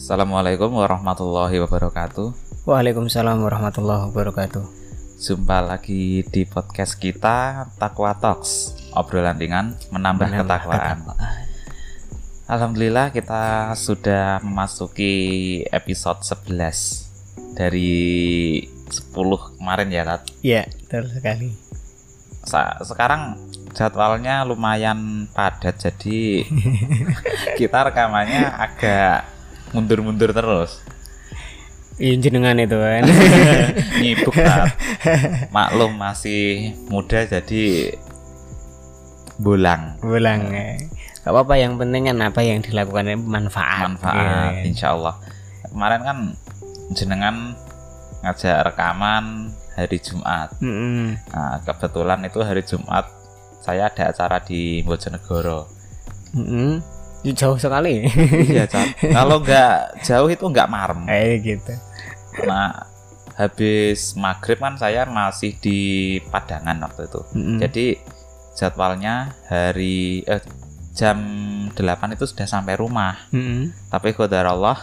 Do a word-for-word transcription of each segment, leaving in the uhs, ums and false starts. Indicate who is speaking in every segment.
Speaker 1: Assalamualaikum warahmatullahi wabarakatuh.
Speaker 2: Waalaikumsalam warahmatullahi wabarakatuh.
Speaker 1: Jumpa lagi di podcast kita Taqwa Talks, obrolan ringan menambah, menambah ketakwaan. ketakwaan. Alhamdulillah kita sudah memasuki episode sebelas dari sepuluh kemarin ya, Tat?
Speaker 2: Iya, betul sekali.
Speaker 1: Sa- sekarang jadwalnya lumayan padat, jadi kita rekamannya agak mundur-mundur terus.
Speaker 2: Iya, jenengan itu kan.
Speaker 1: Nyibuk, Tat. Maklum masih muda jadi bulang.
Speaker 2: Bulang ya. Gak apa-apa, yang penting kan apa yang dilakukan manfaat.
Speaker 1: Manfaat,
Speaker 2: gitu.
Speaker 1: insya Allah. Kemarin kan jenengan ngajak rekaman hari Jumat.
Speaker 2: Mm-hmm.
Speaker 1: Nah, kebetulan itu hari Jumat saya ada acara di Bojonegoro.
Speaker 2: Mm-hmm. Jauh sekali.
Speaker 1: Iya, Cat. Kalau nggak jauh itu nggak marem.
Speaker 2: Eh gitu.
Speaker 1: Nah, habis maghrib kan saya masih di Padangan waktu itu.
Speaker 2: Mm-hmm.
Speaker 1: Jadi jadwalnya hari eh, jam delapan itu sudah sampai rumah.
Speaker 2: Mm-hmm.
Speaker 1: Tapi qadarullah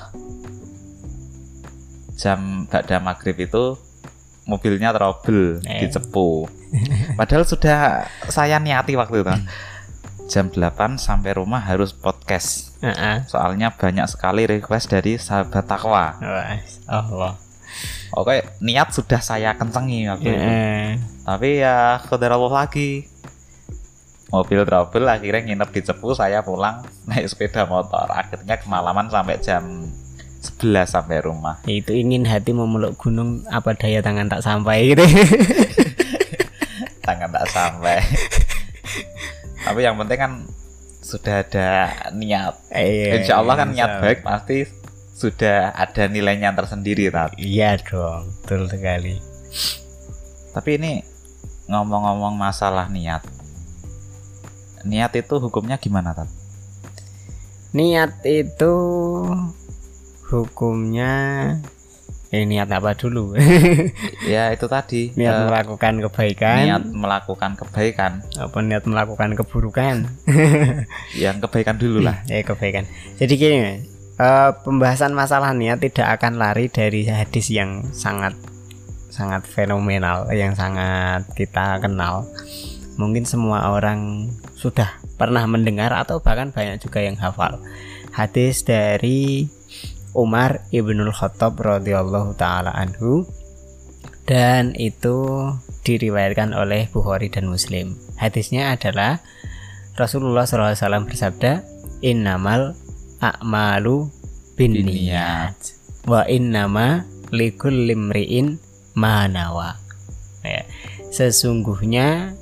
Speaker 1: jam ba'da maghrib itu mobilnya trouble
Speaker 2: eh.
Speaker 1: di Cepu. Padahal sudah saya niati waktu itu. Jam delapan sampai rumah harus podcast.
Speaker 2: Uh-uh.
Speaker 1: Soalnya banyak sekali request dari sahabat takwa.
Speaker 2: Allah.
Speaker 1: Oke, niat sudah saya kencengi waktu itu.
Speaker 2: Uh-uh.
Speaker 1: Tapi ya qadarullah lagi. Mobil trouble, akhirnya nginep di Cepu, saya pulang naik sepeda motor. Akhirnya kemalaman sampai jam sebelas sampai rumah.
Speaker 2: Itu ingin hati memeluk gunung, apa daya tangan tak sampai gitu.
Speaker 1: Tangan tak sampai. Tapi yang penting kan sudah ada niat.
Speaker 2: Eh,
Speaker 1: Insya Allah kan niat
Speaker 2: insya
Speaker 1: baik pasti sudah ada nilainya tersendiri, Tat.
Speaker 2: Iya dong, betul sekali.
Speaker 1: Tapi ini ngomong-ngomong masalah niat. Niat itu hukumnya gimana, Tat?
Speaker 2: Niat itu hukumnya eh, niat apa dulu?
Speaker 1: Ya itu tadi.
Speaker 2: Niat
Speaker 1: uh,
Speaker 2: melakukan kebaikan.
Speaker 1: Niat melakukan kebaikan.
Speaker 2: Apa niat melakukan keburukan?
Speaker 1: Yang kebaikan dulu lah.
Speaker 2: Ya kebaikan. Jadi gini, uh, pembahasan masalah niat tidak akan lari dari hadis yang sangat sangat fenomenal, yang sangat kita kenal. Mungkin semua orang sudah pernah mendengar atau bahkan banyak juga yang hafal. Hadis dari Umar ibnul Khattab radhiyallahu taala anhu, dan itu diriwayatkan oleh Bukhari dan Muslim. Hadisnya adalah Rasulullah shallallahu alaihi wasallam bersabda, innamal a'malu binniyat wa innama likulli imri'in ma nawa. Ya, sesungguhnya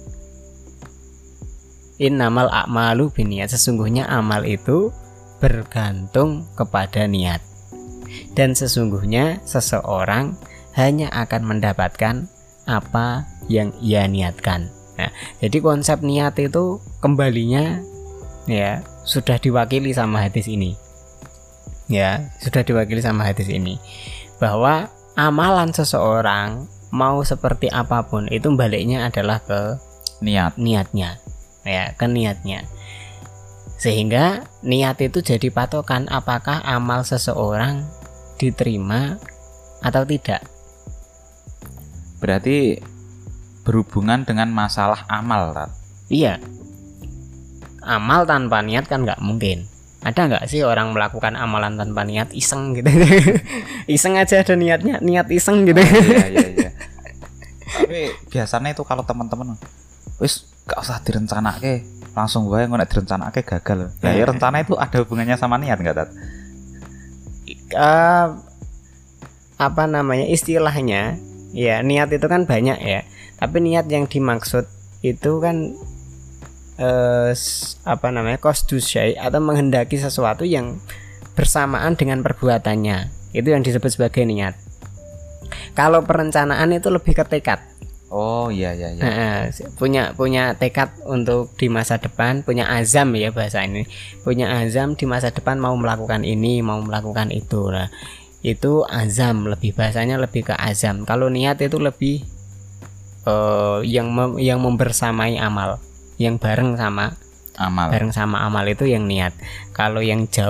Speaker 2: innamal a'malu binniyat, sesungguhnya amal itu bergantung kepada niat. Dan sesungguhnya seseorang hanya akan mendapatkan apa yang ia niatkan. Nah, jadi konsep niat itu kembalinya ya sudah diwakili sama hadis ini. Ya, sudah diwakili sama hadis ini. Bahwa amalan seseorang mau seperti apapun itu baliknya adalah ke
Speaker 1: niat,
Speaker 2: niatnya. Ya, ke niatnya. Sehingga niat itu jadi patokan apakah amal seseorang diterima atau tidak.
Speaker 1: Berarti berhubungan dengan masalah amal, Tat.
Speaker 2: Iya. Amal tanpa niat kan nggak mungkin. Ada nggak sih orang melakukan amalan tanpa niat, iseng gitu? Iseng aja ada niatnya, niat iseng gitu.
Speaker 1: Oh, iya iya iya. Tapi biasanya itu kalau teman-teman wis gak usah direncanake, langsung wae ngono nek direncanake gagal. Lah ya rencana itu ada hubungannya sama niat enggak, Tat?
Speaker 2: Uh, apa namanya istilahnya ya, niat itu kan banyak ya, tapi niat yang dimaksud itu kan uh, apa namanya qasdus syai' atau menghendaki sesuatu yang bersamaan dengan perbuatannya, itu yang disebut sebagai niat. Kalau perencanaan itu lebih ke tekad.
Speaker 1: Oh iya iya iya.
Speaker 2: Nah, punya punya tekad untuk di masa depan, punya azam ya bahasa ini. Punya azam di masa depan mau melakukan ini, mau melakukan itu. Nah, itu azam, lebih bahasanya lebih ke azam. Kalau niat itu lebih uh, yang mem, yang membersamai amal, yang bareng sama
Speaker 1: amal.
Speaker 2: Bareng sama amal itu yang niat. Kalau yang jauh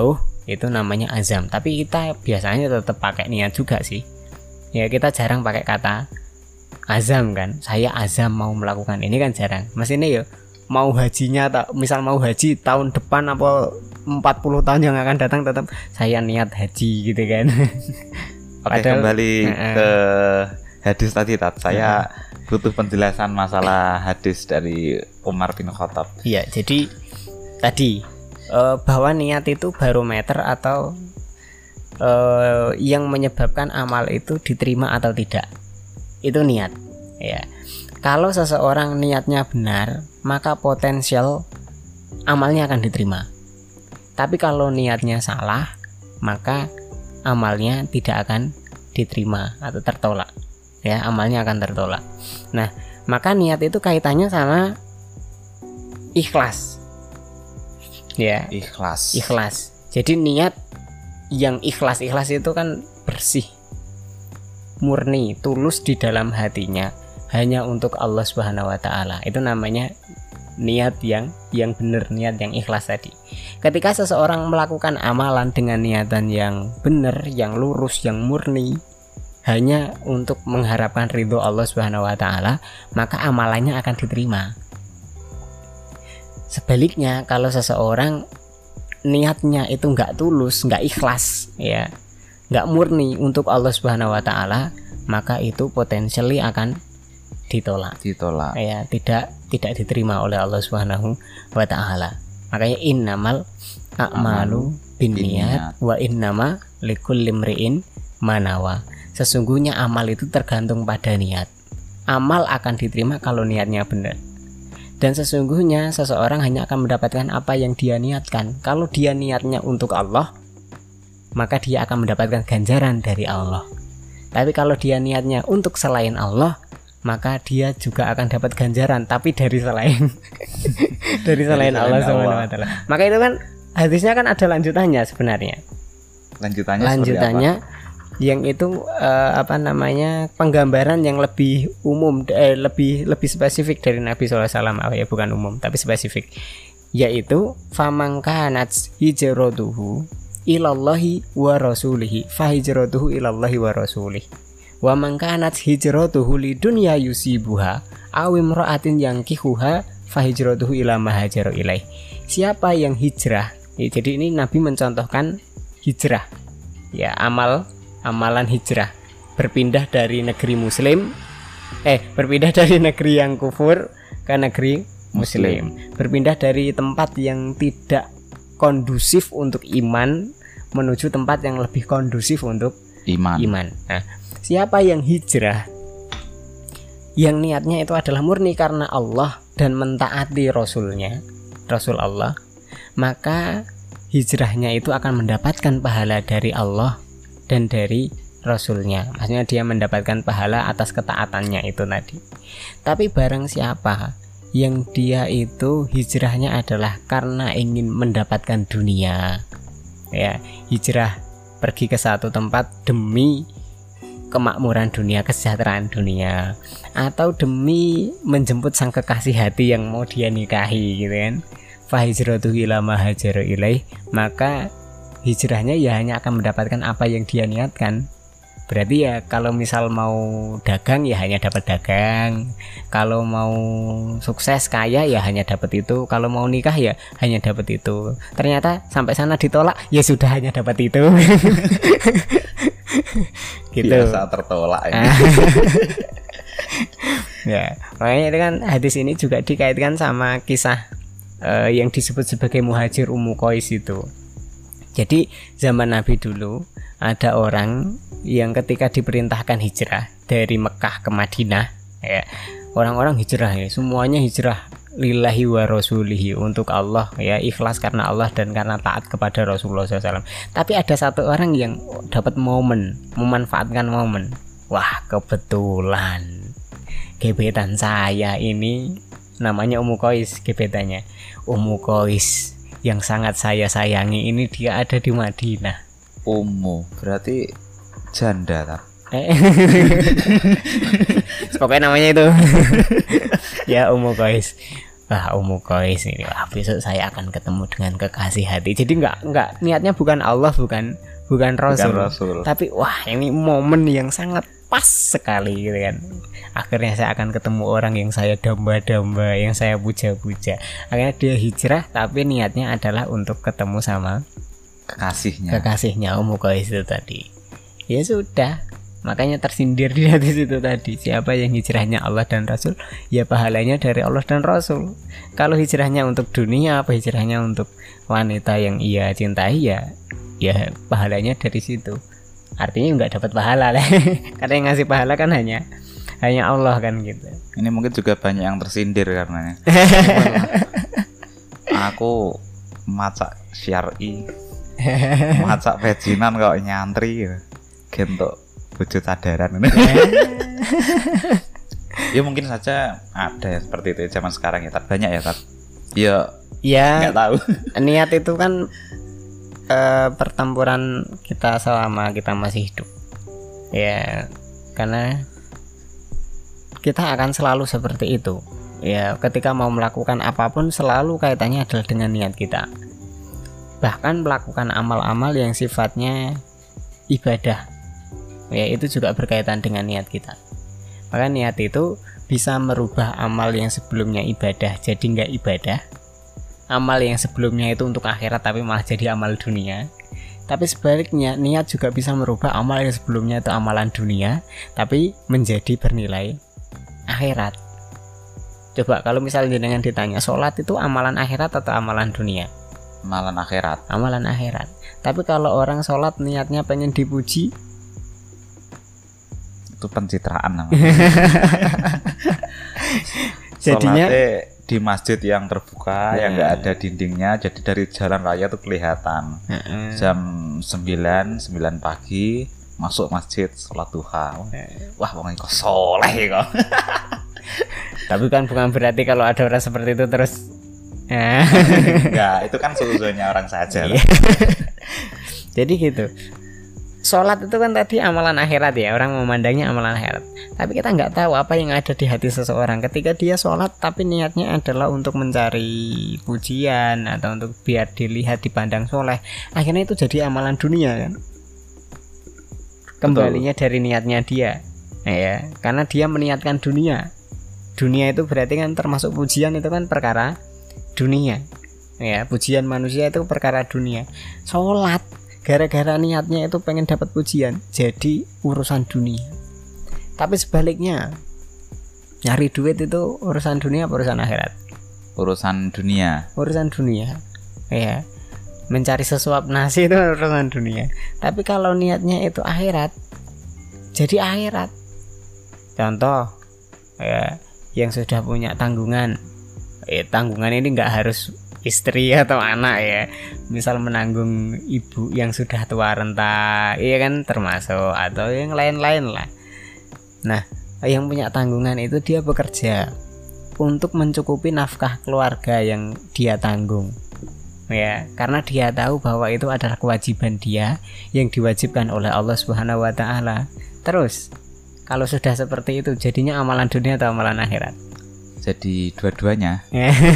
Speaker 2: itu namanya azam. Tapi kita biasanya tetap pakai niat juga sih. Ya kita jarang pakai kata azam kan. Saya azam mau melakukan ini kan jarang. Maksudnya ya mau hajinya tak misal mau haji tahun depan apa empat puluh tahun yang akan datang tetap saya niat haji gitu kan.
Speaker 1: Oke, padahal, kembali uh, ke hadis tadi Tat. Saya uh, butuh penjelasan masalah hadis dari Umar bin Khattab.
Speaker 2: Iya, jadi tadi uh, bahwa niat itu barometer atau uh, yang menyebabkan amal itu diterima atau tidak. Itu niat. Ya. Kalau seseorang niatnya benar, maka potensial amalnya akan diterima. Tapi kalau niatnya salah, maka amalnya tidak akan diterima atau tertolak. Ya, amalnya akan tertolak. Nah, maka niat itu kaitannya sama ikhlas. Ya,
Speaker 1: ikhlas.
Speaker 2: Ikhlas. Jadi niat yang ikhlas-ikhlas itu kan bersih, murni, tulus di dalam hatinya, hanya untuk Allah Subhanahu wa taala. Itu namanya niat yang yang benar, niat yang ikhlas tadi. Ketika seseorang melakukan amalan dengan niatan yang benar, yang lurus, yang murni, hanya untuk mengharapkan ridho Allah Subhanahu wa taala, maka amalannya akan diterima. Sebaliknya, kalau seseorang niatnya itu enggak tulus, enggak ikhlas, ya, enggak murni untuk Allah Subhanahu wa taala, maka itu potensially akan ditolak.
Speaker 1: Ditolak.
Speaker 2: Ya, tidak tidak diterima oleh Allah Subhanahu wa taala. Makanya innamal a'malu binniyat wa innama likulli imri'in manawa. Sesungguhnya amal itu tergantung pada niat. Amal akan diterima kalau niatnya benar. Dan sesungguhnya seseorang hanya akan mendapatkan apa yang dia niatkan. Kalau dia niatnya untuk Allah, maka dia akan mendapatkan ganjaran dari Allah. Tapi kalau dia niatnya untuk selain Allah, maka dia juga akan dapat ganjaran, tapi dari selain dari selain Allah Subhanahu wa taala. Maka itu kan hadisnya kan ada lanjutannya sebenarnya.
Speaker 1: Lanjutannya
Speaker 2: Lanjutannya yang itu uh, apa namanya penggambaran yang lebih umum, eh, lebih lebih spesifik dari Nabi shallallahu alaihi wasallam. Oh ya, bukan umum tapi spesifik, yaitu famangkanat hijratuhu ilallahi wa rasulihi fahijratuhu ilallahi wa rasulihi wa mangkanat hijratuhu lidunya yusibuha aw imra'atin yankihuha fahijratuhu ila ma hajara ilaih. Siapa yang hijrah, ya, jadi ini Nabi mencontohkan hijrah, ya, amal amalan hijrah, berpindah dari negeri muslim eh berpindah dari negeri yang kufur ke negeri muslim, muslim. Berpindah dari tempat yang tidak kondusif untuk iman menuju tempat yang lebih kondusif untuk
Speaker 1: iman.
Speaker 2: iman. Nah, siapa yang hijrah yang niatnya itu adalah murni karena Allah dan mentaati Rasulnya, Rasul Allah, maka hijrahnya itu akan mendapatkan pahala dari Allah dan dari Rasulnya. Maksudnya dia mendapatkan pahala atas ketaatannya itu tadi. Tapi barang siapa yang dia itu hijrahnya adalah karena ingin mendapatkan dunia, ya, hijrah pergi ke satu tempat demi kemakmuran dunia, kesejahteraan dunia, atau demi menjemput sang kekasih hati yang mau dia nikahi gitu kan, fahijratuhu ila ma hajara ilaih, maka hijrahnya ya hanya akan mendapatkan apa yang dia niatkan. Berarti ya kalau misal mau dagang ya hanya dapat dagang, kalau mau sukses kaya ya hanya dapat itu, kalau mau nikah ya hanya dapat itu. Ternyata sampai sana ditolak, ya sudah hanya dapat itu. Gitu.
Speaker 1: Biasa tertolak ya.
Speaker 2: Ya, makanya itu kan hadis ini juga dikaitkan sama kisah uh, yang disebut sebagai muhajir Ummu Qais itu. Jadi zaman Nabi dulu ada orang yang ketika diperintahkan hijrah dari Mekah ke Madinah, ya, orang-orang hijrah ya, semuanya hijrah lillahi wa rasulihi, untuk Allah, ya, ikhlas karena Allah dan karena taat kepada Rasulullah shallallahu alaihi wasallam. Tapi ada satu orang yang dapat momen, memanfaatkan momen. Wah, kebetulan gebetan saya ini namanya Ummu Qais, gebetannya Ummu Qais yang sangat saya sayangi ini dia ada di Madinah.
Speaker 1: Ummu berarti janda tak?
Speaker 2: Pokoknya namanya itu. Ya, Ummu Qais. wah Ummu Qais ini, wah besok saya akan ketemu dengan kekasih hati. Jadi nggak nggak niatnya bukan Allah, bukan bukan Rasul,
Speaker 1: Bukan Rasul.
Speaker 2: tapi wah ini momen yang sangat pas sekali gitu kan. Akhirnya saya akan ketemu orang yang saya damba-damba, yang saya puja-puja. Akhirnya dia hijrah, tapi niatnya adalah untuk ketemu sama
Speaker 1: Kekasihnya.
Speaker 2: kekasihnya Ummu Qais itu tadi. Ya sudah, makanya tersindir di hati situ tadi. Siapa yang hijrahnya Allah dan Rasul, ya pahalanya dari Allah dan Rasul. Kalau hijrahnya untuk dunia, apa hijrahnya untuk wanita yang ia cintai, ya ya pahalanya dari situ. Artinya nggak dapat pahala lah. Karena yang ngasih pahala kan hanya hanya Allah kan gitu.
Speaker 1: Ini mungkin juga banyak yang tersindir karena aku macak syar'i, macak pejinan kok nyantri ya. Gentok wujud sadaran. Ya mungkin saja ada yang seperti itu zaman sekarang ya, tak banyak ya, tak. Ya,
Speaker 2: ya
Speaker 1: nggak tahu.
Speaker 2: Niat itu kan eh, pertempuran kita selama kita masih hidup. Ya, karena kita akan selalu seperti itu. Ya, ketika mau melakukan apapun selalu kaitannya adalah dengan niat kita. Bahkan melakukan amal-amal yang sifatnya ibadah, ya itu juga berkaitan dengan niat kita. Maka niat itu bisa merubah amal yang sebelumnya ibadah jadi nggak ibadah, amal yang sebelumnya itu untuk akhirat tapi malah jadi amal dunia. Tapi sebaliknya, niat juga bisa merubah amal yang sebelumnya itu amalan dunia tapi menjadi bernilai akhirat. Coba kalau misalnya dengan ditanya, sholat itu amalan akhirat atau amalan dunia?
Speaker 1: Amalan akhirat.
Speaker 2: Amalan akhirat. Tapi kalau orang sholat niatnya pengen dipuji,
Speaker 1: Itu pencitraan namanya.
Speaker 2: Jadinya
Speaker 1: Sholatnya di masjid yang terbuka,
Speaker 2: Ya.
Speaker 1: yang nggak ada dindingnya, jadi dari jalan raya tuh kelihatan.
Speaker 2: uh-uh.
Speaker 1: Jam sembilan, sembilan pagi masuk masjid sholat duha. Wah, wong kok soleh kok.
Speaker 2: Tapi kan bukan berarti kalau ada orang seperti itu terus
Speaker 1: Enggak, itu kan seuzonya orang saja.
Speaker 2: Iya. Jadi gitu. Sholat itu kan tadi amalan akhirat ya, orang memandangnya amalan akhirat. Tapi kita nggak tahu apa yang ada di hati seseorang ketika dia sholat tapi niatnya adalah untuk mencari pujian atau untuk biar dilihat dipandang soleh. Akhirnya itu jadi amalan dunia kan. Kembalinya dari niatnya dia, ya, karena dia meniatkan dunia. Dunia itu berarti kan termasuk pujian, itu kan perkara dunia. Ya, pujian manusia itu perkara dunia. Sholat gara-gara niatnya itu pengen dapat pujian, jadi urusan dunia. Tapi sebaliknya, nyari duit itu urusan dunia apa urusan akhirat?
Speaker 1: Urusan dunia.
Speaker 2: Urusan dunia. Ya. Mencari sesuap nasi itu urusan dunia. Tapi kalau niatnya itu akhirat, jadi akhirat. Contoh, ya, yang sudah punya tanggungan. Eh, tanggungan ini nggak harus istri atau anak ya, misal menanggung ibu yang sudah tua renta, iya kan termasuk, atau yang lain-lain lah. Nah, yang punya tanggungan itu dia bekerja untuk mencukupi nafkah keluarga yang dia tanggung, ya, karena dia tahu bahwa itu adalah kewajiban dia yang diwajibkan oleh Allah Subhanahu Wa Taala. Terus, kalau sudah seperti itu, jadinya amalan dunia atau amalan akhirat?
Speaker 1: Jadi dua-duanya.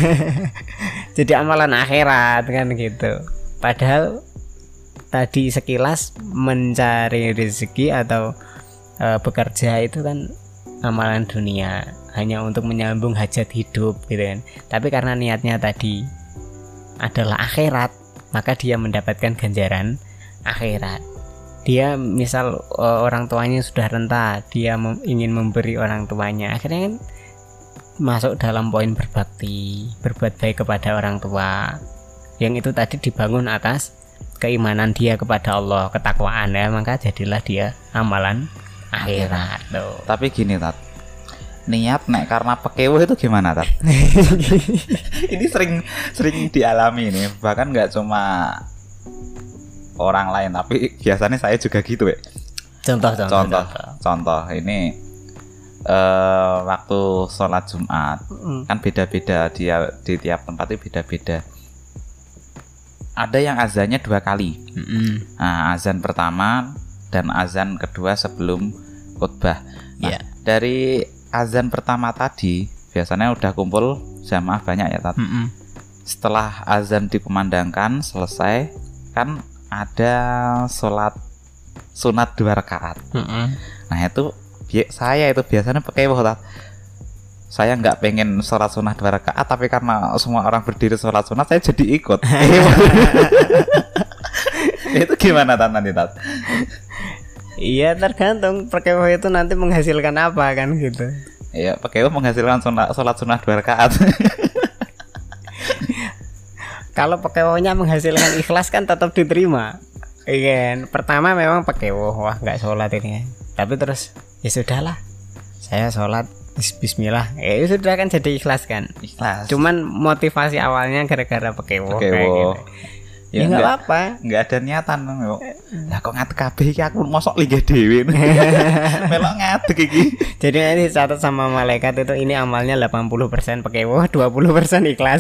Speaker 2: Jadi amalan akhirat kan gitu. Padahal tadi sekilas mencari rezeki atau e, bekerja itu kan amalan dunia, hanya untuk menyambung hajat hidup gitu kan. Tapi karena niatnya tadi adalah akhirat, maka dia mendapatkan ganjaran akhirat. Dia misal e, orang tuanya sudah renta, dia mem- ingin memberi orang tuanya, akhirnya kan masuk dalam poin berbakti, berbuat baik kepada orang tua, yang itu tadi dibangun atas keimanan dia kepada Allah, ketakwaan ya, maka jadilah dia amalan akhirat tuh.
Speaker 1: Tapi gini Tat, niat nek karena pekewo itu gimana Tat? Ini sering sering dialami nih, bahkan nggak cuma orang lain, tapi biasanya saya juga gitu ya.
Speaker 2: Contoh, contoh,
Speaker 1: Contoh,
Speaker 2: contoh.
Speaker 1: contoh ini. Uh, waktu sholat Jumat
Speaker 2: Mm.
Speaker 1: kan beda-beda, dia di tiap tempat itu beda-beda. Ada yang azannya dua kali.
Speaker 2: Mm-mm.
Speaker 1: Nah, azan pertama dan azan kedua sebelum khutbah. Nah,
Speaker 2: Yeah.
Speaker 1: dari azan pertama tadi biasanya udah kumpul jamaah banyak ya Tat.
Speaker 2: Mm-mm.
Speaker 1: Setelah azan dikumandangkan selesai kan ada sholat sunat dua rakaat.
Speaker 2: Mm-mm.
Speaker 1: Nah itu bi- saya itu biasanya pakai Tat. Saya nggak pengen sholat sunat dua rakaat, tapi karena semua orang berdiri sholat sunat, saya jadi ikut. Itu gimana Tat nanti Tat?
Speaker 2: Iya, tergantung perkewah itu nanti menghasilkan apa kan gitu.
Speaker 1: Iya, pakai menghasilkan sunat, sholat sunat dua rakaat.
Speaker 2: Kalau perkewahnya menghasilkan ikhlas kan tetap diterima. Iya, pertama memang perkewah, wah nggak sholat ini. Tapi terus ya sudahlah, saya sholat Bismillah, ya sudah kan jadi ikhlas kan.
Speaker 1: Ikhlas.
Speaker 2: Cuman motivasi awalnya gara-gara perkewah kayak gitu. Ya nggak apa-apa,
Speaker 1: nggak ada niatan kok. Lah kok ngadeg kabeh iki aku mosok linggih dhewe. Melok ngadeg iki.
Speaker 2: Jadi nanti dicatat sama malaikat itu ini amalnya delapan puluh persen perkewah, dua puluh persen ikhlas.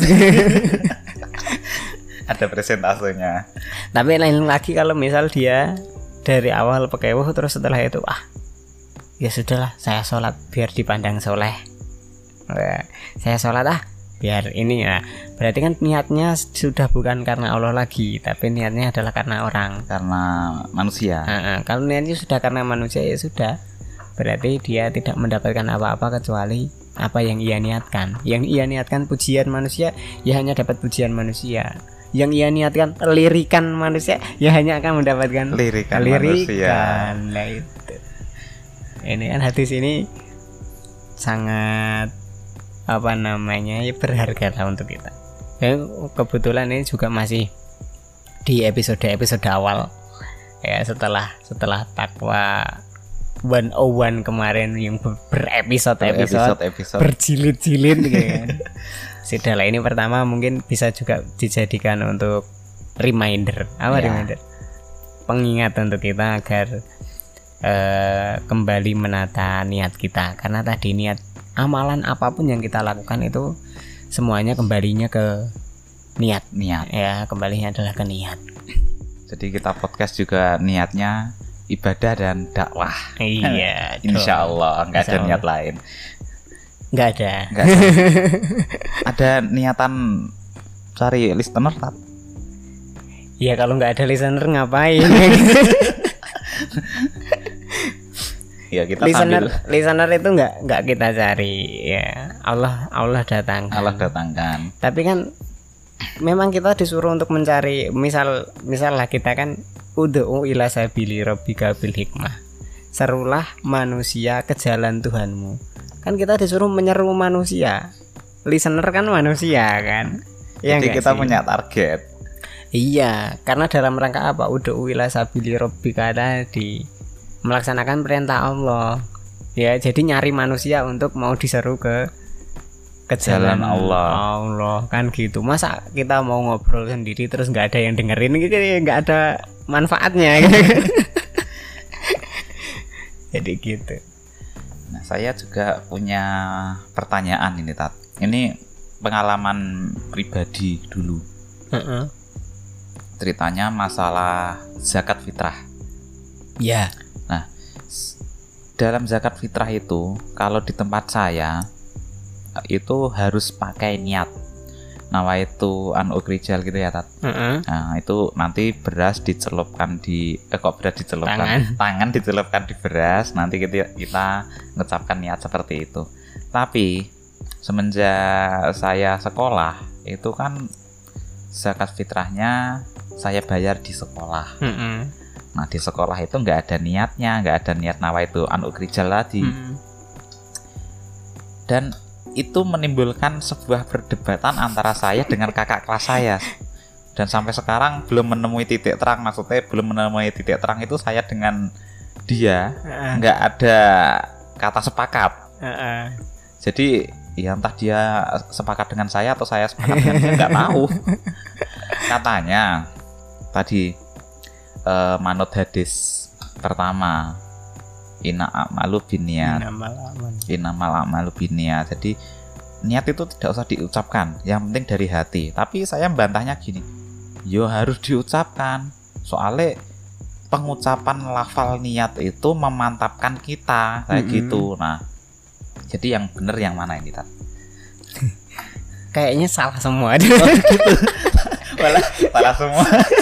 Speaker 1: Ada presentasenya.
Speaker 2: Tapi lain lagi kalau misal dia dari awal perkewah terus setelah itu ah ya sudahlah saya sholat biar dipandang soleh. Nah, saya sholat ah biar ini ya. Berarti kan niatnya sudah bukan karena Allah lagi, tapi niatnya adalah karena orang,
Speaker 1: karena manusia.
Speaker 2: Nah, kalau niatnya sudah karena manusia ya sudah. Berarti dia tidak mendapatkan apa-apa kecuali apa yang ia niatkan. Yang ia niatkan pujian manusia ya hanya dapat pujian manusia. Yang ia niatkan lirikan manusia ya hanya akan mendapatkan
Speaker 1: lirikan,
Speaker 2: lirikan.
Speaker 1: manusia.
Speaker 2: Nah itu. Ini kan hadis ini sangat apa namanya ya berharga lah untuk kita. Dan kebetulan ini juga masih di episode-episode awal ya, setelah setelah takwa seratus satu kemarin yang berepisode-episode
Speaker 1: episode
Speaker 2: berjilid-jilid gitu kan. Sudahlah, ini pertama mungkin bisa juga dijadikan untuk reminder. Apa
Speaker 1: ya.
Speaker 2: reminder? Pengingat untuk kita agar uh, kembali menata niat kita. Karena tadi niat amalan apapun yang kita lakukan itu semuanya kembalinya ke niat.
Speaker 1: Niat.
Speaker 2: Ya, kembalinya adalah ke niat.
Speaker 1: Jadi kita podcast juga niatnya ibadah dan dakwah.
Speaker 2: Iya.
Speaker 1: Insya Allah nggak ada niat lain.
Speaker 2: Nggak ada.
Speaker 1: Nggak ada. Ada niatan cari listener Tat?
Speaker 2: Ya kalau nggak ada listener ngapain?
Speaker 1: Ya kita
Speaker 2: listener
Speaker 1: sambil...
Speaker 2: listener itu nggak nggak kita cari ya. Allah Allah datangkan.
Speaker 1: Allah datangkan.
Speaker 2: Tapi kan memang kita disuruh untuk mencari, misal misal lah kita kan ud'u ila sabili rabbika bil hikmah. Serulah manusia ke jalan Tuhanmu. Kan kita disuruh menyeru manusia. Listener kan manusia kan. Ya,
Speaker 1: jadi kita
Speaker 2: sih?
Speaker 1: punya target.
Speaker 2: Iya, karena dalam rangka apa? Ud'u ila sabili rabbika tadi melaksanakan perintah Allah. Ya, jadi nyari manusia untuk mau diseru ke ke jalan,
Speaker 1: jalan Allah.
Speaker 2: Allah kan gitu. Masa kita mau ngobrol sendiri terus nggak ada yang dengerin gitu, nggak ada manfaatnya. Jadi gitu.
Speaker 1: Nah, saya juga punya pertanyaan ini Tat. Ini pengalaman pribadi dulu.
Speaker 2: Uh-uh.
Speaker 1: Ceritanya masalah zakat fitrah.
Speaker 2: Ya.
Speaker 1: Nah, dalam zakat fitrah itu kalau di tempat saya itu harus pakai niat. Nawaitu an ukrijal gitu ya Tat.
Speaker 2: Uh-uh.
Speaker 1: Nah itu nanti beras dicelupkan di eh, kok beras dicelupkan
Speaker 2: tangan,
Speaker 1: tangan dicelupkan di beras, nanti kita, kita ngecapkan niat seperti itu. Tapi semenjak saya sekolah itu kan zakat fitrahnya saya bayar di sekolah.
Speaker 2: uh-uh.
Speaker 1: Nah di sekolah itu nggak ada niatnya, nggak ada niat nawaitu an ukrijal tadi.
Speaker 2: uh-uh.
Speaker 1: Dan itu menimbulkan sebuah perdebatan antara saya dengan kakak kelas saya, dan sampai sekarang belum menemui titik terang. Maksudnya belum menemui titik terang itu saya dengan dia nggak ada kata sepakat.
Speaker 2: Uh-uh.
Speaker 1: Jadi ya entah dia sepakat dengan saya atau saya sepakat dengan dia, nggak tahu. Katanya tadi uh, manut hadis pertama, Inna a'malu binniyat. Innamal a'malu binniyat. Jadi niat itu tidak usah diucapkan, yang penting dari hati. Tapi saya membantahnya gini, yo harus diucapkan. Soalnya pengucapan lafal niat itu memantapkan kita kayak mm-hmm. gitu. Nah, jadi yang benar yang mana ini Tat?
Speaker 2: kayaknya salah semua.
Speaker 1: Oh, gitu. Malah salah semua.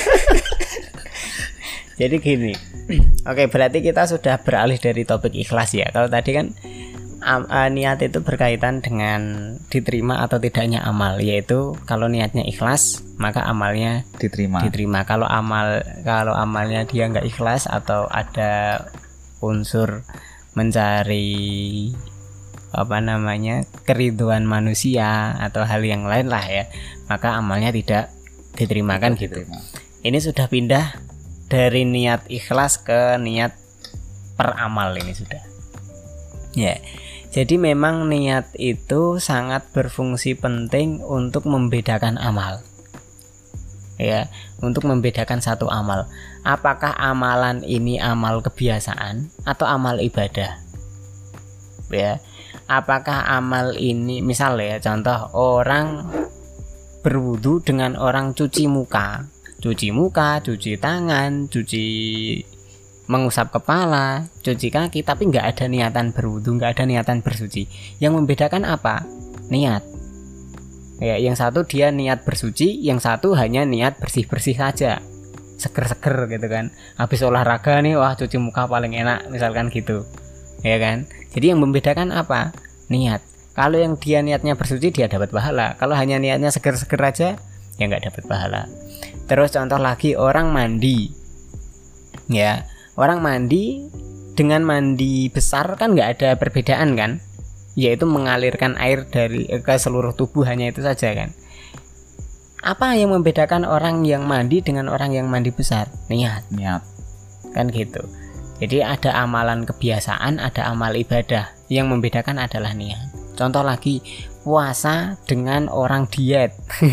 Speaker 2: Jadi gini. Oke, berarti kita sudah beralih dari topik ikhlas ya. Kalau tadi kan am, uh, niat itu berkaitan dengan diterima atau tidaknya amal, yaitu kalau niatnya ikhlas maka amalnya
Speaker 1: diterima.
Speaker 2: Diterima. Kalau amal kalau amalnya dia nggak ikhlas atau ada unsur mencari apa namanya keriduan manusia atau hal yang lain lah ya, maka amalnya tidak diterima kan gitu. Ini sudah pindah dari niat ikhlas ke niat peramal ini sudah. Ya. Jadi memang niat itu sangat berfungsi penting untuk membedakan amal. Ya, untuk membedakan satu amal. Apakah amalan ini amal kebiasaan atau amal ibadah? Ya. Apakah amal ini misalnya contoh orang berwudu dengan orang cuci muka. Cuci muka, cuci tangan, cuci mengusap kepala, cuci kaki, tapi nggak ada niatan berwudu, nggak ada niatan bersuci. Yang membedakan apa? Niat. Ya, yang satu dia niat bersuci, yang satu hanya niat bersih-bersih saja, seger-seger gitu kan. Habis olahraga nih, wah cuci muka paling enak, misalkan gitu, ya kan. Jadi yang membedakan apa? Niat. Kalau yang dia niatnya bersuci dia dapat pahala. Kalau hanya niatnya seger-seger aja, ya nggak dapat pahala. Terus contoh lagi orang mandi, ya orang mandi dengan mandi besar kan nggak ada perbedaan kan, yaitu mengalirkan air dari ke seluruh tubuh hanya itu saja kan. Apa yang membedakan orang yang mandi dengan orang yang mandi besar? Niat,
Speaker 1: niat
Speaker 2: kan gitu. Jadi ada amalan kebiasaan, ada amal ibadah. Yang membedakan adalah niat. Contoh lagi puasa dengan orang diet.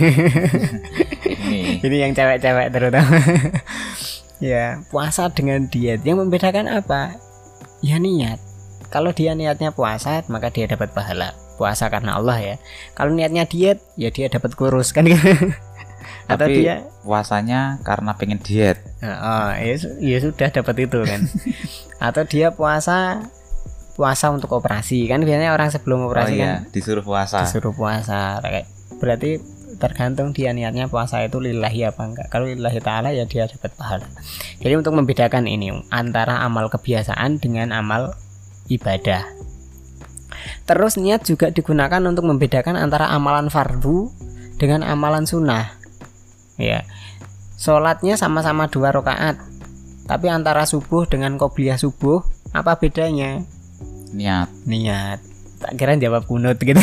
Speaker 2: ini. ini yang cewek-cewek terutama. Ya, puasa dengan diet. Yang membedakan apa? Ya niat. Kalau dia niatnya puasa, maka dia dapat pahala. Puasa karena Allah ya. Kalau niatnya diet, ya dia dapat kurus kan. Atau
Speaker 1: tapi
Speaker 2: dia
Speaker 1: puasanya karena pengen diet.
Speaker 2: Oh, ya, ya sudah dapat itu kan. Atau dia puasa puasa untuk operasi kan, biasanya orang sebelum operasi oh, iya. kan
Speaker 1: disuruh puasa.
Speaker 2: Disuruh puasa. Berarti tergantung dia niatnya puasa itu lillahi apa enggak. Kalau lillahi ta'ala ya dia dapat pahala. Jadi untuk membedakan ini antara amal kebiasaan dengan amal ibadah. Terus niat juga digunakan untuk membedakan antara amalan fardu dengan amalan sunnah. Ya. Sholatnya sama-sama dua rakaat, tapi antara subuh dengan qobliyah subuh apa bedanya?
Speaker 1: Niat.
Speaker 2: Niat. Tak kira jawab kunut gitu.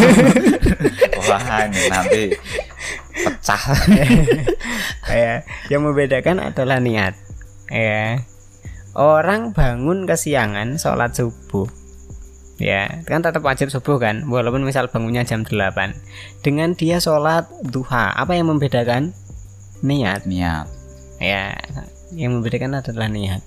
Speaker 1: Wah, ini nanti pecah.
Speaker 2: Ya, yang membedakan adalah niat. Ya. Orang bangun kesiangan sholat subuh. Ya, kan tetap wajib subuh kan, walaupun misal bangunnya jam delapan. Dengan dia sholat duha, apa yang membedakan? Niat.
Speaker 1: Niat.
Speaker 2: Ya, yang membedakan adalah niat.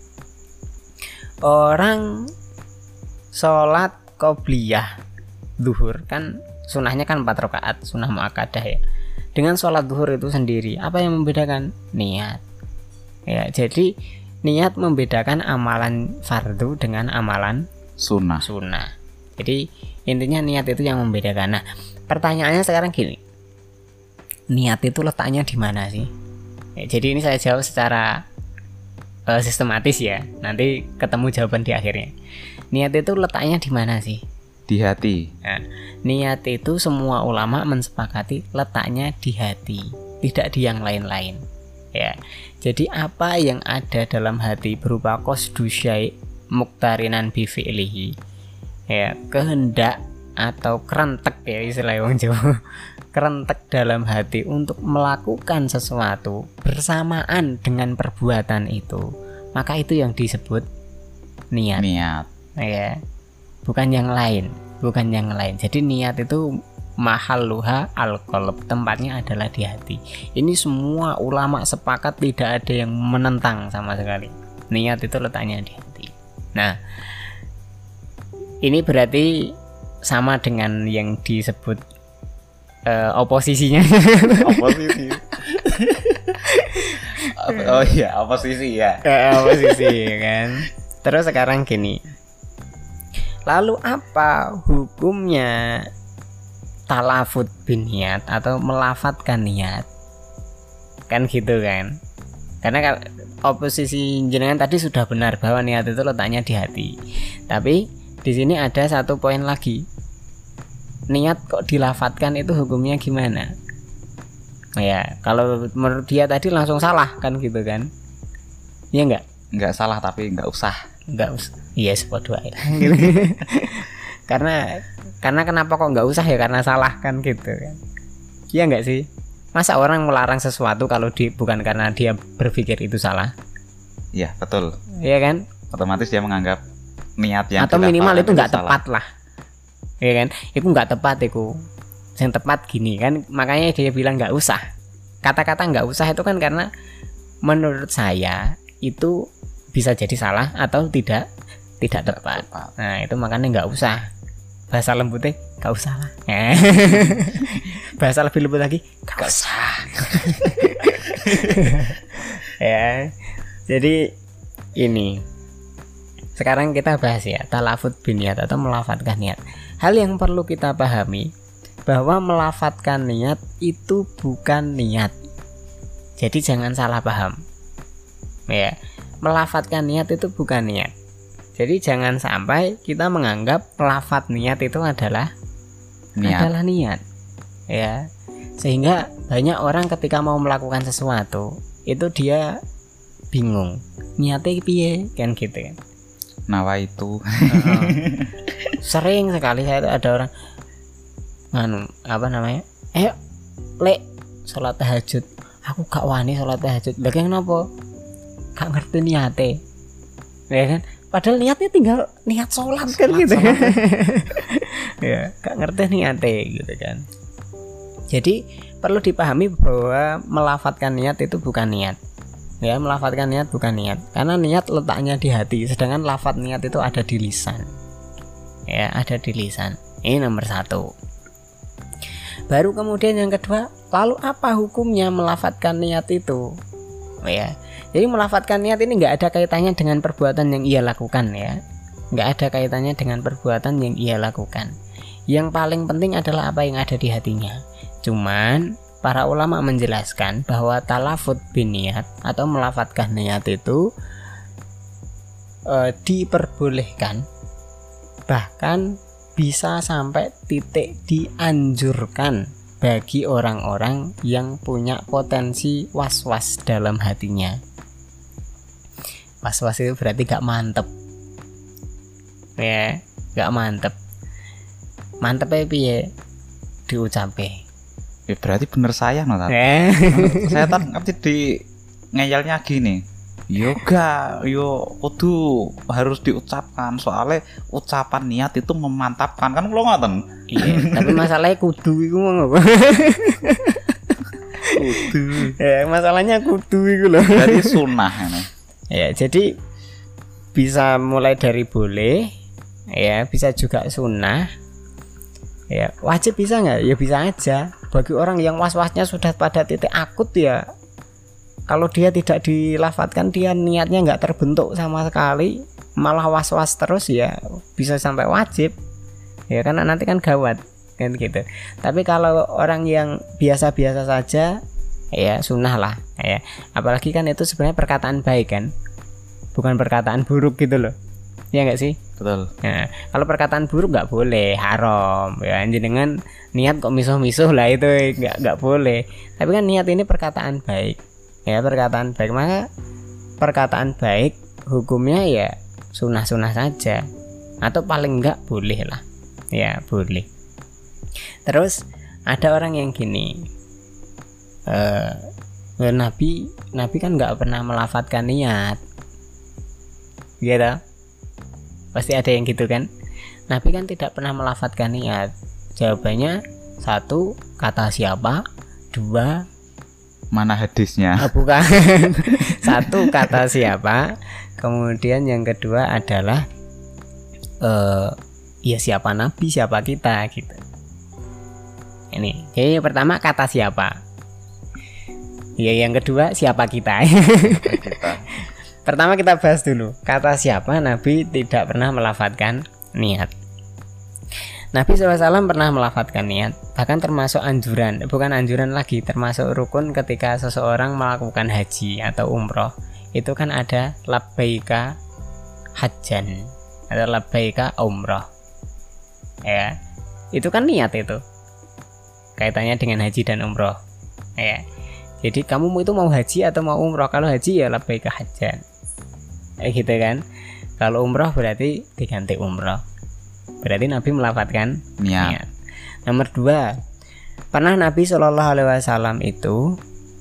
Speaker 2: Orang sholat qobliyah zuhur kan sunahnya kan empat rakaat, sunah muakkadah ya. Dengan sholat zuhur itu sendiri, apa yang membedakan? Niat. Ya, jadi niat membedakan amalan fardu dengan amalan
Speaker 1: sunnah.
Speaker 2: Sunnah. Jadi intinya niat itu yang membedakan. Nah, pertanyaannya sekarang gini. Niat itu letaknya di mana sih? Ya, jadi ini saya jawab secara uh, sistematis ya. Nanti ketemu jawaban di akhirnya. Niat itu letaknya di mana sih?
Speaker 1: Di hati.
Speaker 2: Nah, niat itu semua ulama mensepakati letaknya di hati, tidak di yang lain-lain. Ya. Jadi apa yang ada dalam hati berupa qasdu syai' muqtarinan bi fi'lihi. Ya, kehendak atau kerentek ya istilah wong Jawa. Kerentek dalam hati untuk melakukan sesuatu bersamaan dengan perbuatan itu, maka itu yang disebut niat.
Speaker 1: Niat.
Speaker 2: Ya, bukan yang lain, bukan yang lain. Jadi niat itu mahalluha al-qalb, tempatnya adalah di hati. Ini semua ulama sepakat, tidak ada yang menentang sama sekali. Niat itu letaknya di hati. Nah, ini berarti sama dengan yang disebut uh, oposisinya.
Speaker 1: Oposisi. Oh iya, oposisi ya.
Speaker 2: Uh, oposisi kan. Terus sekarang gini. Lalu apa hukumnya talafut bin niat atau melafatkan niat, kan gitu kan? Karena kalau oposisi jenengan tadi sudah benar bahwa niat itu letaknya di hati. Tapi di sini ada satu poin lagi. Niat kok dilafatkan itu hukumnya gimana? Ya, kalau menurut dia tadi langsung salah kan gitu kan? Iya enggak?
Speaker 1: Enggak salah tapi enggak usah.
Speaker 2: Enggak usah. Iya, sepot dua ya. Karena karena kenapa kok enggak usah ya? Karena salah kan gitu kan. Iya enggak sih? Masa orang melarang sesuatu kalau di, bukan karena dia berpikir itu salah?
Speaker 1: Iya, betul.
Speaker 2: Iya kan?
Speaker 1: Otomatis dia menganggap niat yang
Speaker 2: atau minimal itu enggak tepat lah. Iya kan? Itu enggak tepat itu. Yang tepat gini kan, makanya dia bilang enggak usah. Kata-kata enggak usah itu kan karena menurut saya itu bisa jadi salah atau tidak tidak tepat. tepat. Nah, itu makanya enggak usah. Bahasa lembutnya enggak usah lah. Bahasa lebih lembut lagi enggak usah. Ya. Jadi ini sekarang kita bahas ya talafut bin niat atau melafatkan niat. Hal yang perlu kita pahami bahwa melafatkan niat itu bukan niat. Jadi jangan salah paham. Ya, melafatkan niat itu bukan niat. Jadi jangan sampai kita menganggap lafaz niat itu adalah niat. adalah niat. Ya. Sehingga banyak orang ketika mau melakukan sesuatu itu dia bingung. Niatnya piye kan gitu kan.
Speaker 1: Nawa itu.
Speaker 2: Uh, sering sekali saya ada orang nganu apa namanya? Eh, lek salat tahajud. Aku gak wani salat tahajud. Lah kenapa? Gak ngerti niate. Ya kan? Padahal niatnya tinggal niat sholat kan gitu kan. Ya, gak ngerti niate gitu kan. Jadi perlu dipahami bahwa melafatkan niat itu bukan niat. Ya, melafatkan niat bukan niat. Karena niat letaknya di hati, sedangkan lafaz niat itu ada di lisan. Ya, ada di lisan. Ini nomor satu. Baru kemudian yang kedua, lalu apa hukumnya melafatkan niat itu? Ya, jadi melafatkan niat ini nggak ada kaitannya dengan perbuatan yang ia lakukan ya, nggak ada kaitannya dengan perbuatan yang ia lakukan. Yang paling penting adalah apa yang ada di hatinya. Cuman para ulama menjelaskan bahwa talafut bin niat atau melafatkan niat itu e, diperbolehkan, bahkan bisa sampai titik dianjurkan bagi orang-orang yang punya potensi was-was dalam hatinya. Was-was itu berarti gak mantep ya, gak mantep. Mantepnya piye diucapke.
Speaker 1: Ya berarti bener saya no,
Speaker 2: eh.
Speaker 1: Saya tangkap di ngeyelnya gini. Yoga, yo kudu harus diucapkan soalnya ucapan niat itu memantapkan kan kalau ngoten.
Speaker 2: Iya, tapi masalahnya kudu iku ngono. Kudu. Ya, masalahnya kudu iku lho.
Speaker 1: Dari sunnah ini.
Speaker 2: Ya, jadi bisa mulai dari boleh, ya, bisa juga sunnah. Ya, wajib bisa nggak? Ya bisa aja. Bagi orang yang was-wasnya sudah pada titik akut ya, kalau dia tidak dilafatkan, dia niatnya nggak terbentuk sama sekali, malah was-was terus ya bisa sampai wajib. Ya karena nanti kan gawat kan gitu. Tapi kalau orang yang biasa-biasa saja, ya sunnah lah. Ya apalagi kan itu sebenarnya perkataan baik kan, bukan perkataan buruk gitu loh. Ya nggak sih?
Speaker 1: Betul.
Speaker 2: Nah, kalau perkataan buruk nggak boleh, haram. Ya jenengan niat kok misuh-misuh lah itu nggak nggak boleh. Tapi kan niat ini perkataan baik. Ya perkataan baik, maka perkataan baik hukumnya ya sunah-sunah saja, atau paling enggak boleh lah ya, boleh. Terus ada orang yang gini, uh, Nabi Nabi kan nggak pernah melafatkan niat gitu, pasti ada yang gitu kan. Nabi kan tidak pernah melafatkan niat. Jawabannya satu, kata siapa? Dua,
Speaker 1: mana hadisnya?
Speaker 2: Oh, bukan. Satu, kata siapa. Kemudian yang kedua adalah uh, ya siapa Nabi, siapa kita gitu. Ini. Jadi yang pertama kata siapa. Ya yang kedua siapa kita.
Speaker 1: Kita.
Speaker 2: Pertama kita bahas dulu kata siapa. Nabi tidak pernah melafatkan niat. Nabi shallallahu alaihi wasallam pernah melafadzkan niat, bahkan termasuk anjuran, bukan anjuran lagi, termasuk rukun ketika seseorang melakukan haji atau umroh. Itu kan ada labbaika hajjan atau labbaika umroh. Ya, itu kan niat itu. Kaitannya dengan haji dan umroh. Ya. Jadi kamu itu mau haji atau mau umroh? Kalau haji ya labbaika hajjan. Kayak gitu kan. Kalau umroh berarti diganti umroh. Berarti Nabi melafadzkan niat. niat. Nomor dua, pernah Nabi shallallahu alaihi wasallam itu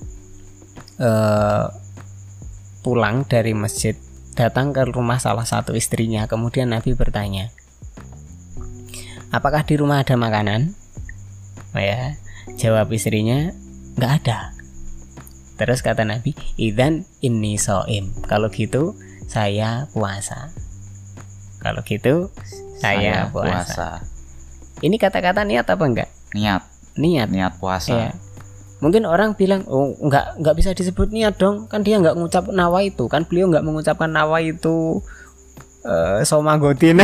Speaker 2: uh, pulang dari masjid, datang ke rumah salah satu istrinya. Kemudian Nabi bertanya, apakah di rumah ada makanan? Oh ya, jawab istrinya, nggak ada. Terus kata Nabi, idzan inni shaim. Kalau gitu saya puasa. Kalau gitu saya, saya puasa. puasa. Ini kata-kata niat apa enggak?
Speaker 1: Niat.
Speaker 2: Niat.
Speaker 1: Niat puasa.
Speaker 2: Ya. Mungkin orang bilang, oh enggak enggak bisa disebut niat dong, kan dia enggak mengucap nawa itu, kan beliau enggak mengucapkan nawa itu uh, somagotin.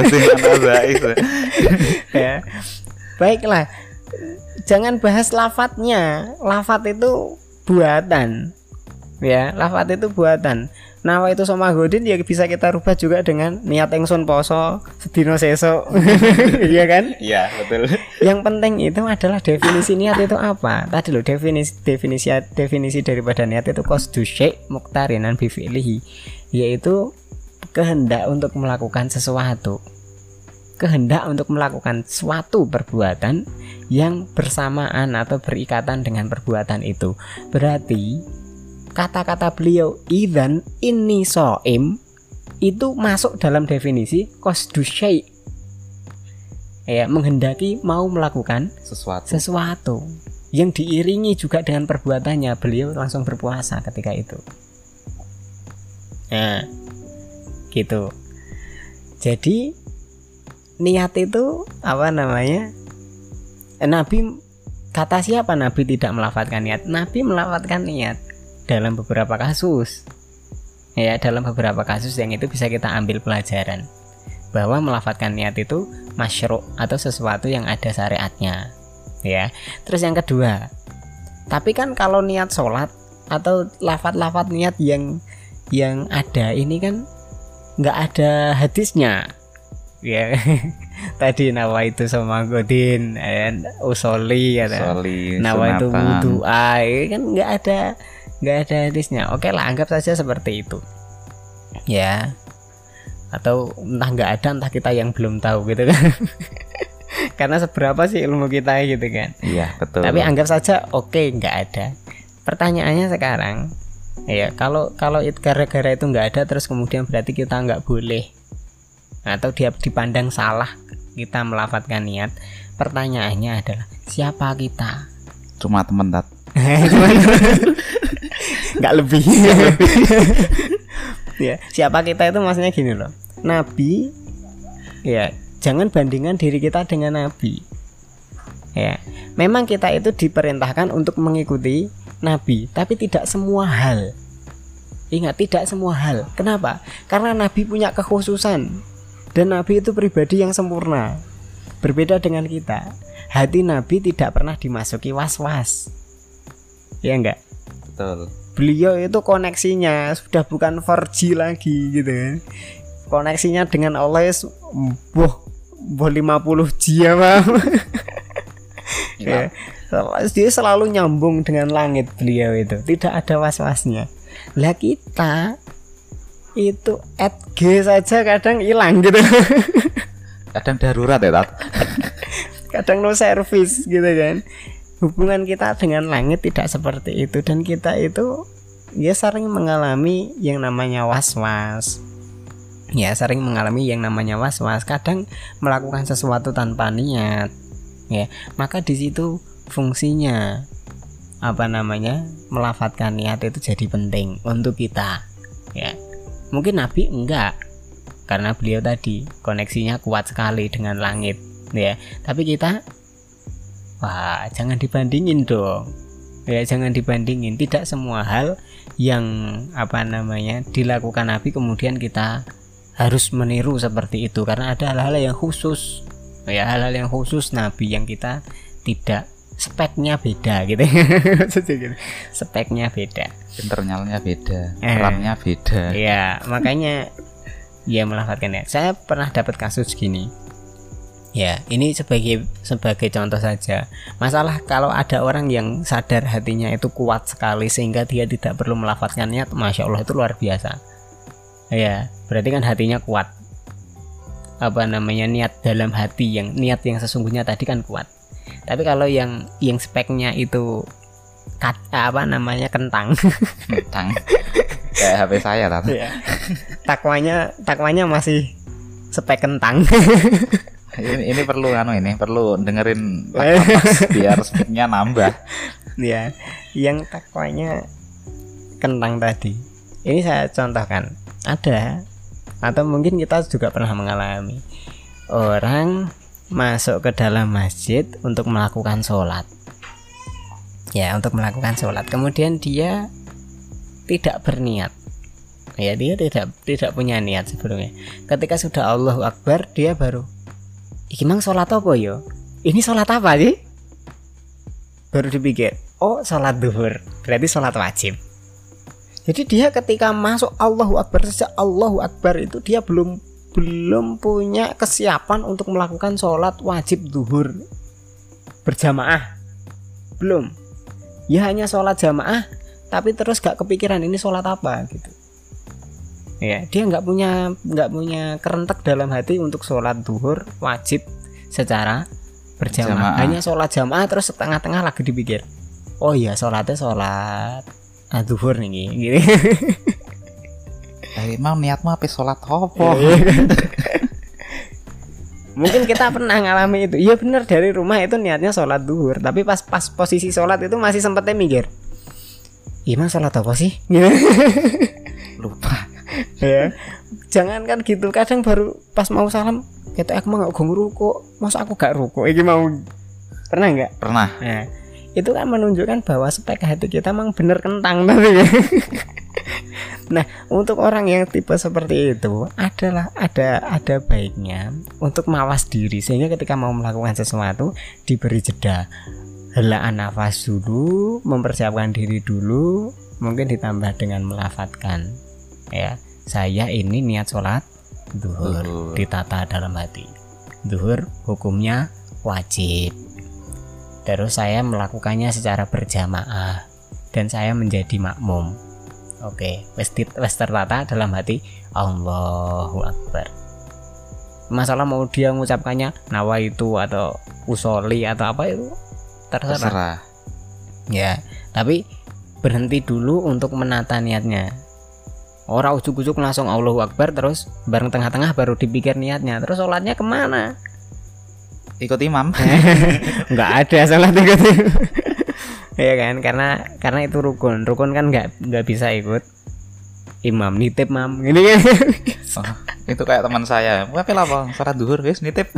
Speaker 2: Ya. Baiklah. Jangan bahas lafadznya. Lafadz itu buatan. Ya, lafadz itu buatan. Nawa itu somagodin ya bisa kita rubah juga dengan niat engsun poso sedino sesuk. Iya kan?
Speaker 1: Iya, betul.
Speaker 2: Yang penting itu adalah definisi niat itu apa? Tadi loh definisi definisi definisi daripada niat itu qasdu syai' muqtarinan bi fi'lihi, yaitu kehendak untuk melakukan sesuatu. Kehendak untuk melakukan suatu perbuatan yang bersamaan atau berikatan dengan perbuatan itu. Berarti kata-kata beliau idzan inni shaim itu masuk dalam definisi qasdu syai'. Ya, menghendaki mau melakukan
Speaker 1: sesuatu.
Speaker 2: sesuatu yang diiringi juga dengan perbuatannya. Beliau langsung berpuasa ketika itu. Nah, gitu. Jadi niat itu apa namanya? Nabi, kata siapa Nabi tidak melafadzkan niat? Nabi melafadzkan niat dalam beberapa kasus. Ya, dalam beberapa kasus yang itu bisa kita ambil pelajaran bahwa melafadzkan niat itu masyru' atau sesuatu yang ada syariatnya. Ya. Terus yang kedua, tapi kan kalau niat sholat atau lafadz-lafadz niat yang yang ada ini kan nggak ada hadisnya. Ya. Tadi nawa itu sama godin, usoli atau nawa itu wudu'a, kan nggak ada nggak ada hadisnya. Oke lah, anggap saja seperti itu ya, atau entah nggak ada, entah kita yang belum tahu gitu kan. Karena seberapa sih ilmu kita gitu kan.
Speaker 1: Iya betul.
Speaker 2: Tapi anggap saja oke nggak ada. Pertanyaannya sekarang ya, kalau kalau itu gara-gara itu nggak ada, terus kemudian berarti kita nggak boleh atau dia dipandang salah kita melafadzkan niat. Pertanyaannya adalah siapa kita?
Speaker 1: Cuma teman tat.
Speaker 2: Nggak lebih. Ya, siapa kita itu maksudnya gini loh. Nabi, ya jangan bandingkan diri kita dengan Nabi. Ya, memang kita itu diperintahkan untuk mengikuti Nabi, tapi tidak semua hal. Ingat, tidak semua hal. Kenapa? Karena Nabi punya kekhususan. Dan Nabi itu pribadi yang sempurna. Berbeda dengan kita. Hati Nabi tidak pernah dimasuki was-was. Ya enggak?
Speaker 1: Betul.
Speaker 2: Beliau itu koneksinya sudah bukan empat G lagi gitu kan. Koneksinya dengan Allah boh, boh lima puluh G apa. Ya. Dia selalu nyambung dengan langit beliau itu. Tidak ada was-wasnya. Lah kita itu at G saja kadang hilang gitu.
Speaker 1: Kadang darurat ya Tat.
Speaker 2: Kadang no service gitu kan. Hubungan kita dengan langit tidak seperti itu. Dan kita itu ya sering mengalami yang namanya was-was. Ya sering mengalami yang namanya was-was. Kadang melakukan sesuatu tanpa niat. Ya, maka di situ fungsinya apa namanya melafadzkan niat itu jadi penting untuk kita. Ya, mungkin Nabi enggak, karena beliau tadi koneksinya kuat sekali dengan langit. Ya, tapi kita, wah jangan dibandingin dong. Ya jangan dibandingin. Tidak semua hal yang apa namanya dilakukan Nabi kemudian kita harus meniru seperti itu, karena ada hal-hal yang khusus. Ya hal-hal yang khusus Nabi yang kita tidak, speknya beda gitu. Speknya beda,
Speaker 1: internalnya beda,
Speaker 2: eh,
Speaker 1: RAM-nya beda.
Speaker 2: Ya makanya ya melafatkan ya. Saya pernah dapat kasus gini. Ya, ini sebagai sebagai contoh saja. Masalah kalau ada orang yang sadar hatinya itu kuat sekali sehingga dia tidak perlu melafatkan niat, masya Allah itu luar biasa. Ya, berarti kan hatinya kuat. Apa namanya, niat dalam hati, yang niat yang sesungguhnya tadi kan kuat. Tapi kalau yang yang speknya itu kat, apa namanya kentang,
Speaker 1: kentang, kayak H P saya kan.
Speaker 2: Ya. Takwanya takwanya masih spek kentang.
Speaker 1: ini, ini perlu anu ini perlu dengerin tak biar speknya nambah.
Speaker 2: Ya, yang takwanya kentang tadi. Ini saya contohkan. Ada, atau mungkin kita juga pernah mengalami orang masuk ke dalam masjid untuk melakukan sholat. Ya, untuk melakukan sholat. Kemudian dia tidak berniat. Ya, dia tidak tidak punya niat sebelumnya. Ketika sudah Allahu Akbar, dia baru, iki mang sholat apa yo? Ini sholat apa sih? Baru dipikir, oh sholat duhur, berarti sholat wajib. Jadi dia ketika masuk Allahu Akbar, sejak Allahu Akbar itu dia belum belum punya kesiapan untuk melakukan sholat wajib duhur berjamaah. Belum. Ya hanya sholat jamaah, tapi terus gak kepikiran ini sholat apa gitu. Ya, dia nggak punya nggak punya kerentek dalam hati untuk sholat duhur wajib secara berjamaah. Hanya sholat jamaah terus setengah-tengah lagi dipikir, oh iya sholatnya sholat duhur nih gitu.
Speaker 1: Eh, emang niatmu apa sholat apa?
Speaker 2: Mungkin kita pernah ngalami itu. Iya benar, dari rumah itu niatnya sholat duhur, tapi pas pas posisi sholat itu masih sempetnya mikir, emang sholat apa sih? Gitu.
Speaker 1: Lupa.
Speaker 2: Ya, jangan kan gitu. Kadang baru pas mau salam, kita aku mau nggak ruku, masa aku gak ruku? Ini mau, pernah nggak?
Speaker 1: Pernah.
Speaker 2: Nah, itu kan menunjukkan bahwa spek hati kita memang bener kentang tapi. Nah, untuk orang yang tipe seperti itu adalah ada ada baiknya untuk mawas diri, sehingga ketika mau melakukan sesuatu diberi jeda, helaan nafas dulu, mempersiapkan diri dulu, mungkin ditambah dengan melafatkan, ya, saya ini niat sholat duhur,
Speaker 1: Duhur.
Speaker 2: ditata dalam hati. Duhur hukumnya wajib. Terus saya melakukannya secara berjamaah dan saya menjadi makmum. Oke, wes tertata dalam hati, Allahu Akbar. Masalah mau dia mengucapkannya nawaitu atau usoli atau apa itu terserah.
Speaker 1: Terserah.
Speaker 2: Ya, tapi berhenti dulu untuk menata niatnya. Orang ujuk-ujuk langsung Allahu Akbar terus bareng tengah-tengah baru dipikir niatnya. Terus sholatnya kemana?
Speaker 1: Ikut imam.
Speaker 2: Nggak ada sholat ikut imam. Ya kan, karena karena itu rukun. Rukun kan nggak nggak bisa ikut imam, nitip mam gini kan.
Speaker 1: Oh, itu kayak teman saya. Apa lah bang, sholat duhur guys nitip.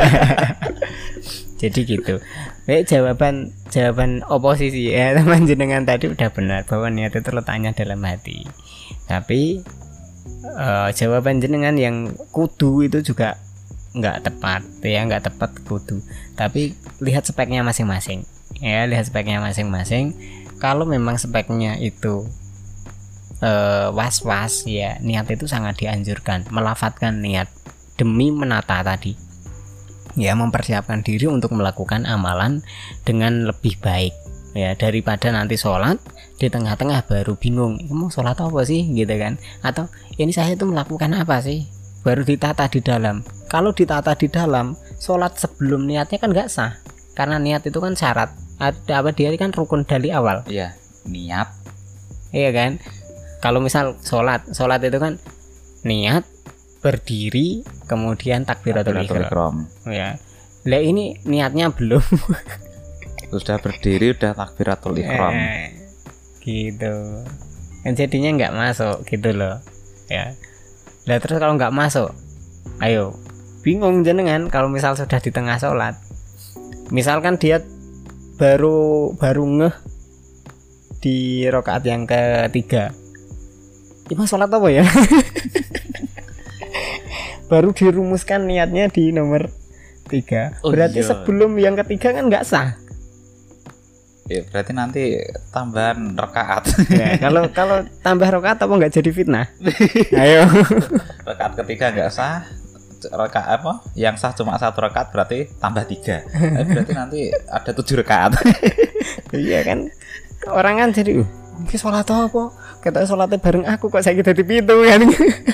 Speaker 2: Jadi gitu. Baik, jawaban jawaban oposisi ya teman jenengan tadi udah benar bahwa niat itu letaknya dalam hati. Tapi uh, jawaban jenengan yang kudu itu juga nggak tepat ya, nggak tepat kudu. Tapi lihat speknya masing-masing. Ya, lihat speknya masing-masing. Kalau memang speknya itu uh, was-was ya, niat itu sangat dianjurkan. Melafatkan niat demi menata tadi. Ya, mempersiapkan diri untuk melakukan amalan dengan lebih baik. Ya, daripada nanti sholat di tengah-tengah baru bingung, mau sholat apa sih gitu kan? Atau ini saya itu melakukan apa sih? Baru ditata di dalam. Kalau ditata di dalam, sholat sebelum niatnya kan nggak sah. Karena niat itu kan syarat. Ada apa, dia kan rukun dari awal.
Speaker 1: Iya, niat.
Speaker 2: Iya kan? Kalau misal sholat, sholat itu kan niat, berdiri, kemudian takbiratul ihram. Ya. Lah ini niatnya belum.
Speaker 1: Sudah berdiri udah takbiratul ihram.
Speaker 2: Eh, gitu. Kan jadinya nggak masuk gitu loh. Ya. Lah terus kalau nggak masuk, ayo bingung jenengan kalau misal sudah di tengah sholat. Misalkan dia baru baru ngeh di rakaat yang ketiga, ini sholat apa ya? Baru dirumuskan niatnya di nomor tiga.
Speaker 1: Oh,
Speaker 2: berarti
Speaker 1: iya.
Speaker 2: sebelum yang ketiga kan nggak sah.
Speaker 1: Ya, berarti nanti tambahan rakaat.
Speaker 2: Ya, kalau kalau tambah rakaat apa nggak jadi fitnah? Ayo.
Speaker 1: Rakaat ketiga nggak sah, rakaat apa? Yang sah cuma satu rakaat berarti tambah tiga. Eh, berarti nanti ada tujuh rakaat.
Speaker 2: Iya kan? Orang kan jadi, uh, ini sholat apa? Kita sholatnya bareng aku kok saya jadi pitu kan?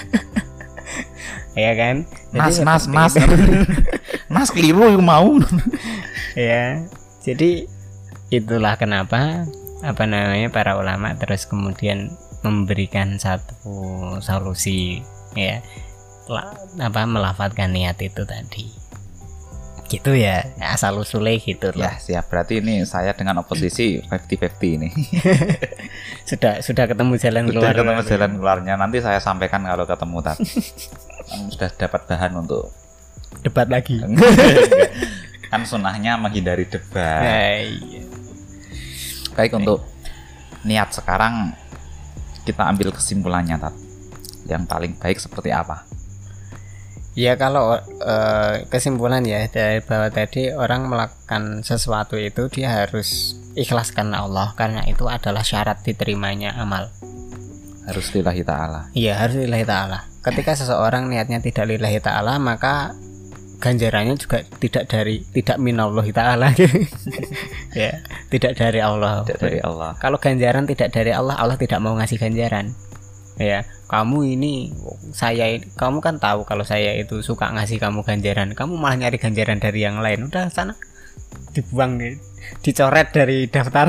Speaker 2: Iya kan? Jadi
Speaker 1: Mas, mas,
Speaker 2: seperti
Speaker 1: mas,
Speaker 2: itu.
Speaker 1: mas keliru yang mau.
Speaker 2: Ya, jadi itulah kenapa apa namanya para ulama terus kemudian memberikan satu solusi ya, la- apa melafadzkan niat itu tadi. Gitu ya, asal usulnya gitu loh.
Speaker 1: Ya siap, berarti ini saya dengan oposisi lima puluh lima puluh ini.
Speaker 2: Sudah sudah ketemu jalan
Speaker 1: Sudah
Speaker 2: keluar.
Speaker 1: ketemu jalan keluarnya, nanti saya sampaikan kalau ketemu Tat. Kamu sudah dapat bahan untuk
Speaker 2: Debat lagi.
Speaker 1: kan sunahnya menghindari debat.
Speaker 2: Nah, iya.
Speaker 1: Baik, untuk niat sekarang kita ambil kesimpulannya Tat. Yang paling baik seperti apa?
Speaker 2: Ya kalau eh, kesimpulan ya dari bahwa tadi orang melakukan sesuatu itu dia harus ikhlas karena Allah, karena itu adalah syarat diterimanya amal.
Speaker 1: Harus lillahi ta'ala.
Speaker 2: Iya, harus lillahi ta'ala. Ketika seseorang niatnya tidak lillahi ta'ala, maka ganjarannya juga tidak dari tidak minallahi ta'ala. Ya, tidak dari Allah.
Speaker 1: Tidak dari Allah.
Speaker 2: Kalau ganjaran tidak dari Allah, Allah tidak mau ngasih ganjaran. Ya, kamu ini saya kamu kan tahu kalau saya itu suka ngasih kamu ganjaran, kamu malah nyari ganjaran dari yang lain. Udah sana dibuang nih, dicoret dari daftar.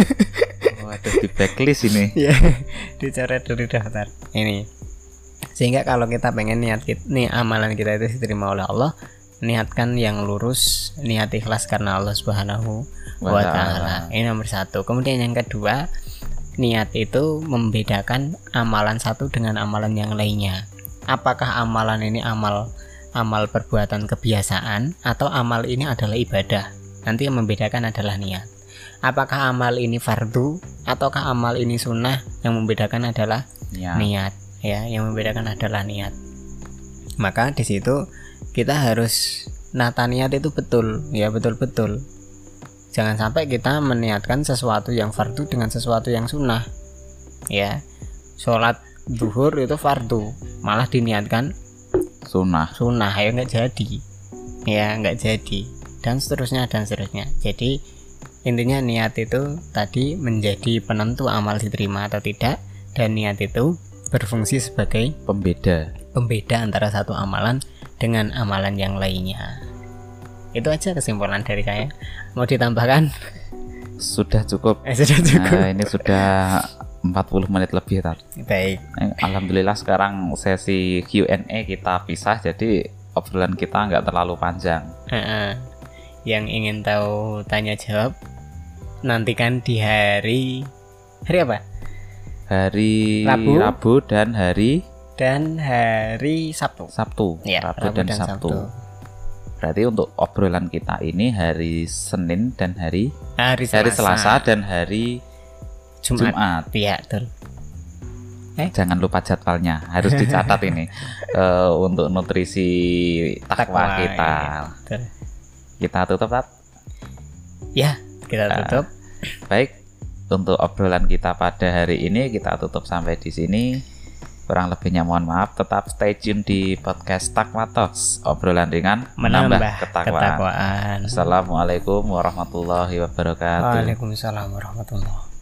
Speaker 1: Oh, ada di backlist ini.
Speaker 2: Ya, dicoret dari daftar. Ini. Sehingga kalau kita pengen niat kita, nih amalan kita itu diterima oleh Allah, niatkan yang lurus, niat ikhlas karena Allah Subhanahu wa taala. Ini nomor satu. Kemudian yang kedua, niat itu membedakan amalan satu dengan amalan yang lainnya. Apakah amalan ini amal amal perbuatan kebiasaan atau amal ini adalah ibadah? Nanti yang membedakan adalah niat. Apakah amal ini fardu ataukah amal ini sunnah? Yang membedakan adalah
Speaker 1: Ya.
Speaker 2: niat. Ya, yang membedakan adalah niat. Maka di situ kita harus nata niat itu betul, ya betul-betul. Jangan sampai kita meniatkan sesuatu yang fardu dengan sesuatu yang sunnah. Ya, sholat zuhur itu fardu, malah diniatkan
Speaker 1: Sunnah.
Speaker 2: sunnah, ya nggak jadi. Ya nggak jadi. Dan seterusnya dan seterusnya. Jadi intinya niat itu tadi menjadi penentu amal diterima atau tidak, dan niat itu berfungsi sebagai
Speaker 1: Pembeda.
Speaker 2: pembeda antara satu amalan dengan amalan yang lainnya. Itu aja kesimpulan dari saya. Mau ditambahkan?
Speaker 1: Sudah cukup.
Speaker 2: Eh, sudah cukup.
Speaker 1: Nah, ini sudah empat puluh menit lebih Tat.
Speaker 2: Baik.
Speaker 1: Eh, Alhamdulillah sekarang sesi Q and A kita pisah, jadi obrolan kita nggak terlalu panjang.
Speaker 2: Heeh. Yang ingin tahu tanya jawab nantikan di hari hari apa?
Speaker 1: Hari
Speaker 2: Rabu.
Speaker 1: Rabu dan hari
Speaker 2: Dan hari Sabtu.
Speaker 1: Sabtu.
Speaker 2: Ya,
Speaker 1: Rabu, dan, Sabtu. Berarti untuk obrolan kita ini hari Senin dan hari
Speaker 2: Hari Selasa,
Speaker 1: hari Selasa dan hari
Speaker 2: Jumat.
Speaker 1: Jumat.
Speaker 2: Iya, betul.
Speaker 1: Jangan lupa jadwalnya, harus dicatat ini eh, untuk nutrisi takwa,
Speaker 2: Takwa,
Speaker 1: kita.
Speaker 2: iya, betul.
Speaker 1: Kita tutup, Tat.
Speaker 2: Ya, kita
Speaker 1: Nah,
Speaker 2: tutup.
Speaker 1: Baik, untuk obrolan kita pada hari ini kita tutup sampai di sini. Kurang lebihnya mohon maaf. Tetap stay tune di podcast Takwa Talks, obrolan ringan menambah,
Speaker 2: Menambah
Speaker 1: ketakwaan.
Speaker 2: ketakwaan.
Speaker 1: Assalamualaikum warahmatullahi wabarakatuh.
Speaker 2: Waalaikumsalam warahmatullahi